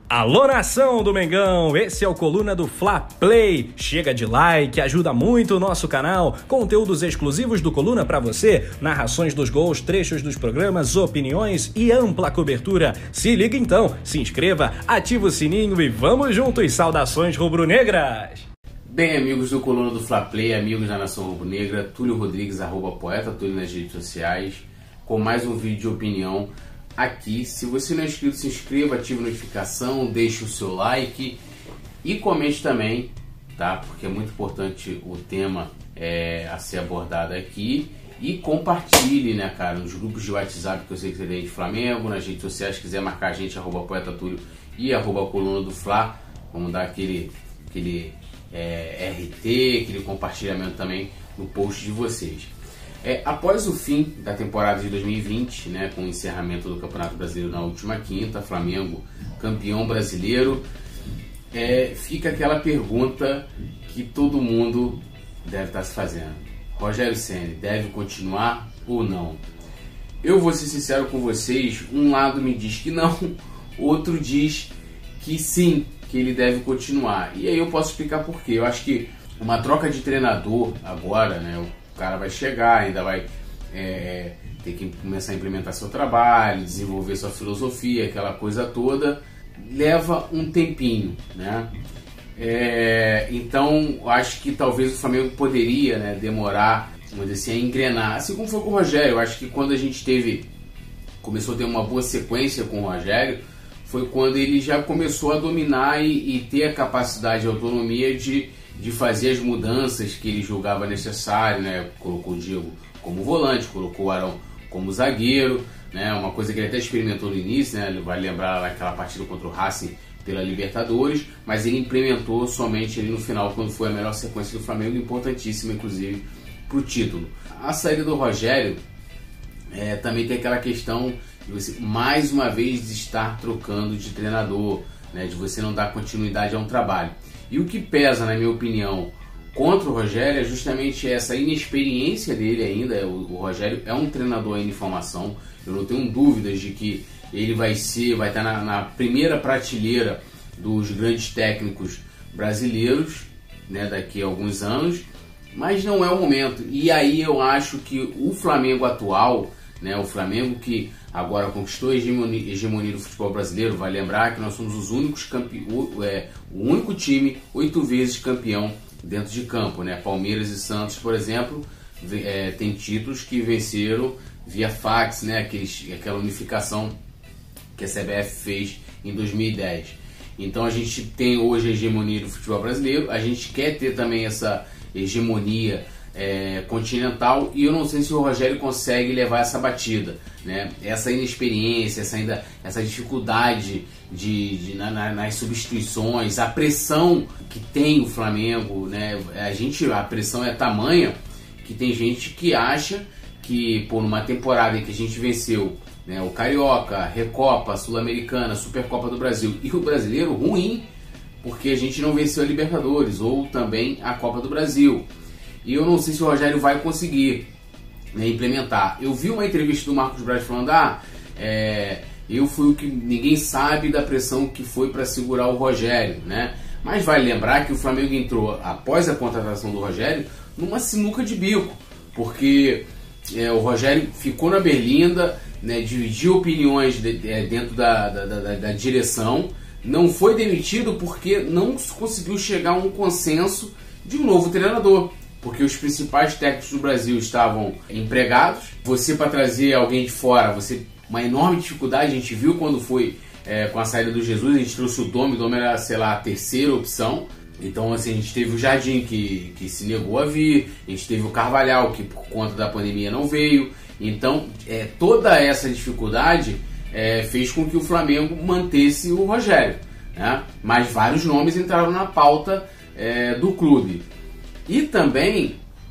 Alô, nação do Mengão, esse é o Coluna do Fla Play. Chega de like, ajuda muito o nosso canal. Conteúdos exclusivos do Coluna pra você, narrações dos gols, trechos dos programas, opiniões e ampla cobertura. Se liga então, se inscreva, ativa o sininho e vamos juntos. Saudações rubro-negras! Bem, amigos do Coluna do Fla Play, amigos da Nação Rubro-Negra, Túlio Rodrigues, @poeta Túlio nas redes sociais, com mais um vídeo de opinião aqui. Se você não é inscrito, se inscreva, ative a notificação, deixe o seu like e comente também, tá? Porque é muito importante o tema a ser abordado aqui. E compartilhe, né, cara, nos grupos de WhatsApp que eu sei que você tem de Flamengo, nas redes sociais, se quiser marcar a gente, @poeta Túlio e @coluna do Fla. Vamos dar aquele RT, aquele compartilhamento também no post de vocês. Após o fim da temporada de 2020, né, com o encerramento do Campeonato Brasileiro na última quinta, Flamengo campeão brasileiro, fica aquela pergunta que todo mundo deve estar se fazendo: Rogério Ceni deve continuar ou não? Eu vou ser sincero com vocês, um lado me diz que não, outro diz que sim, que ele deve continuar. E aí eu posso explicar por quê. Eu acho que uma troca de treinador agora, né, o cara vai chegar, ainda vai ter que começar a implementar seu trabalho, desenvolver sua filosofia, aquela coisa toda, leva um tempinho, né? Então, acho que talvez o Flamengo poderia, né, demorar, vamos dizer assim, a engrenar. Assim como foi com o Rogério. Eu acho que quando a gente começou a ter uma boa sequência com o Rogério, foi quando ele já começou a dominar e ter a capacidade e autonomia de fazer as mudanças que ele julgava necessário, né? Colocou o Diego como volante, colocou o Arão como zagueiro, né? Uma coisa que ele até experimentou no início, né? Ele vai lembrar aquela partida contra o Racing pela Libertadores, mas ele implementou somente ali no final, quando foi a melhor sequência do Flamengo, importantíssima inclusive para o título. A saída do Rogério também tem aquela questão de você mais uma vez estar trocando de treinador, né? De você não dar continuidade a um trabalho. E o que pesa, na minha opinião, contra o Rogério é justamente essa inexperiência dele ainda. O Rogério é um treinador ainda em formação. Eu não tenho dúvidas de que ele vai estar na primeira prateleira dos grandes técnicos brasileiros, né, daqui a alguns anos, mas não é o momento. E aí eu acho que o Flamengo atual, né, o Flamengo que agora conquistou a hegemonia do futebol brasileiro, vai lembrar que nós somos os únicos o único time 8 vezes campeão dentro de campo, né? Palmeiras e Santos, por exemplo, tem títulos que venceram via fax, né? Aquela unificação que a CBF fez em 2010. Então a gente tem hoje a hegemonia do futebol brasileiro, a gente quer ter também essa hegemonia continental, e eu não sei se o Rogério consegue levar essa batida, né? Essa inexperiência, essa dificuldade nas substituições, a pressão que tem o Flamengo, né? A pressão é tamanha que tem gente que acha que numa temporada em que a gente venceu, né, o Carioca, Recopa, Sul-Americana, Supercopa do Brasil e o Brasileiro, ruim porque a gente não venceu a Libertadores ou também a Copa do Brasil. E eu não sei se o Rogério vai conseguir, né, implementar. Eu vi uma entrevista do Marcos Braz falando: eu fui o que ninguém sabe da pressão que foi para segurar o Rogério, né? Mas vale lembrar que o Flamengo entrou, após a contratação do Rogério, numa sinuca de bico, porque o Rogério ficou na berlinda, né, dividiu opiniões dentro da direção, não foi demitido porque não conseguiu chegar a um consenso de um novo treinador. Porque os principais técnicos do Brasil estavam empregados. Você, para trazer alguém de fora, uma enorme dificuldade. A gente viu quando foi com a saída do Jesus, a gente trouxe o Domi era, sei lá, a terceira opção. Então, assim, a gente teve o Jardim, que se negou a vir. A gente teve o Carvalhal, que por conta da pandemia não veio. Então, toda essa dificuldade fez com que o Flamengo mantesse o Rogério, né? Mas vários nomes entraram na pauta do clube. E também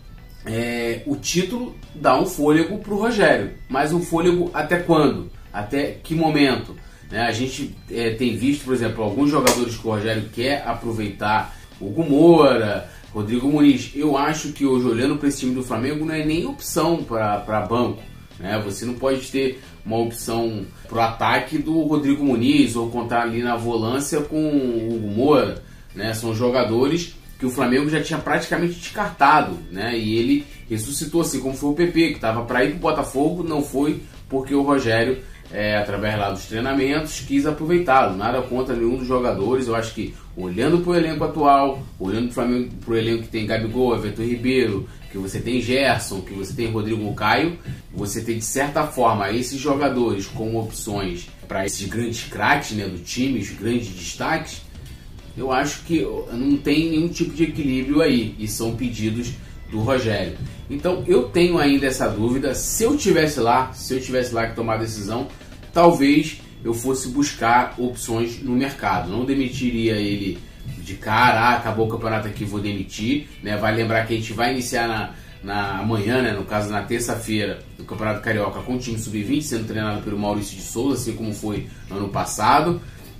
o título dá um fôlego para o Rogério. Mas um fôlego até quando? Até que momento? Né? A gente tem visto, por exemplo, alguns jogadores que o Rogério quer aproveitar. Hugo Moura, Rodrigo Muniz. Eu acho que hoje, olhando para esse time do Flamengo, não é nem opção para banco. né? Você não pode ter uma opção pro ataque do Rodrigo Muniz ou contar ali na volância com o Hugo Moura, né? São jogadores que o Flamengo já tinha praticamente descartado, né? E ele ressuscitou, assim como foi o PP, que estava para ir para o Botafogo, não foi porque o Rogério, através lá dos treinamentos, quis aproveitá-lo. Nada contra nenhum dos jogadores. Eu acho que, olhando para o elenco atual, olhando para o elenco que tem Gabigol, Everton Ribeiro, que você tem Gerson, que você tem Rodrigo Caio, você tem, de certa forma, esses jogadores como opções para esses grandes craques, né, do time, os grandes destaques. Eu acho que não tem nenhum tipo de equilíbrio aí, e são pedidos do Rogério. Então eu tenho ainda essa dúvida. Se eu tivesse lá que tomar a decisão, talvez eu fosse buscar opções no mercado. Não demitiria ele de cara, acabou o campeonato aqui, vou demitir, né? Vai lembrar que a gente vai iniciar amanhã, né? No caso na terça-feira, do Campeonato Carioca, com o time sub-20 sendo treinado pelo Maurício de Souza, assim como foi no ano passado.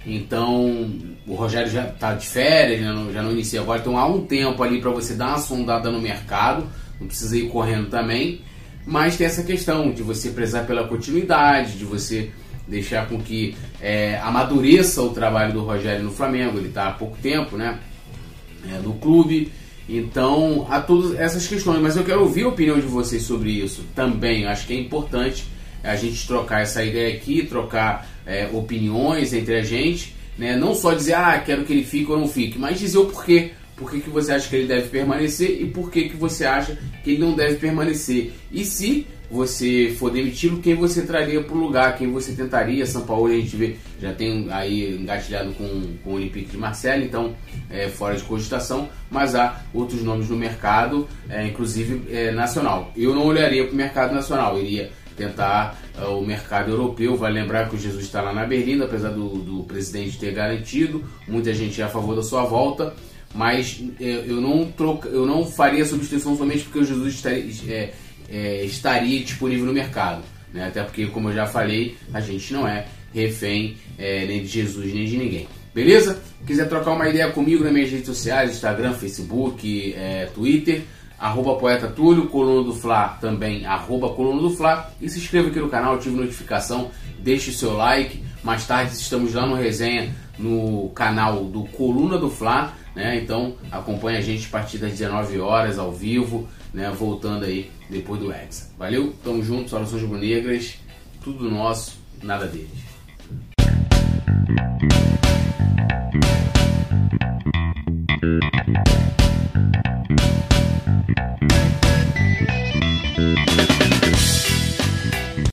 Então o Rogério já está de férias, já não inicia agora, então há um tempo ali para você dar uma sondada no mercado, não precisa ir correndo também, mas tem essa questão de você prezar pela continuidade, de você deixar com que amadureça o trabalho do Rogério no Flamengo. Ele está há pouco tempo, né, no clube, então há todas essas questões, mas eu quero ouvir a opinião de vocês sobre isso também. Eu acho que é importante a gente trocar essa ideia aqui, trocar opiniões entre a gente, né? Não só dizer, quero que ele fique ou não fique, mas dizer o porquê. Por que você acha que ele deve permanecer e por que você acha que ele não deve permanecer. E se você for demiti-lo, quem você traria para o lugar, quem você tentaria. São Paulo, a gente vê, já tem aí engatilhado com o Olympique de Marseille, então fora de cogitação, mas há outros nomes no mercado, inclusive nacional. Eu não olharia para o mercado nacional, eu iria tentar o mercado europeu. Vai lembrar que o Jesus está lá na Berlim, apesar do presidente ter garantido, muita gente é a favor da sua volta, mas eu não faria substituição somente porque o Jesus estaria disponível no mercado, né? Até porque, como eu já falei, a gente não é refém nem de Jesus nem de ninguém. Beleza? Quiser trocar uma ideia comigo nas minhas redes sociais, Instagram, Facebook, Twitter, @Poeta Túlio, Coluna do Fla também, @Coluna do Fla, e se inscreva aqui no canal, ative notificação, deixe o seu like. Mais tarde estamos lá no resenha no canal do Coluna do Fla, né? Então acompanha a gente a partir das 19 horas ao vivo, né? Voltando aí depois do Hexa. Valeu, tamo junto, saudações rubro-negras, tudo nosso, nada deles.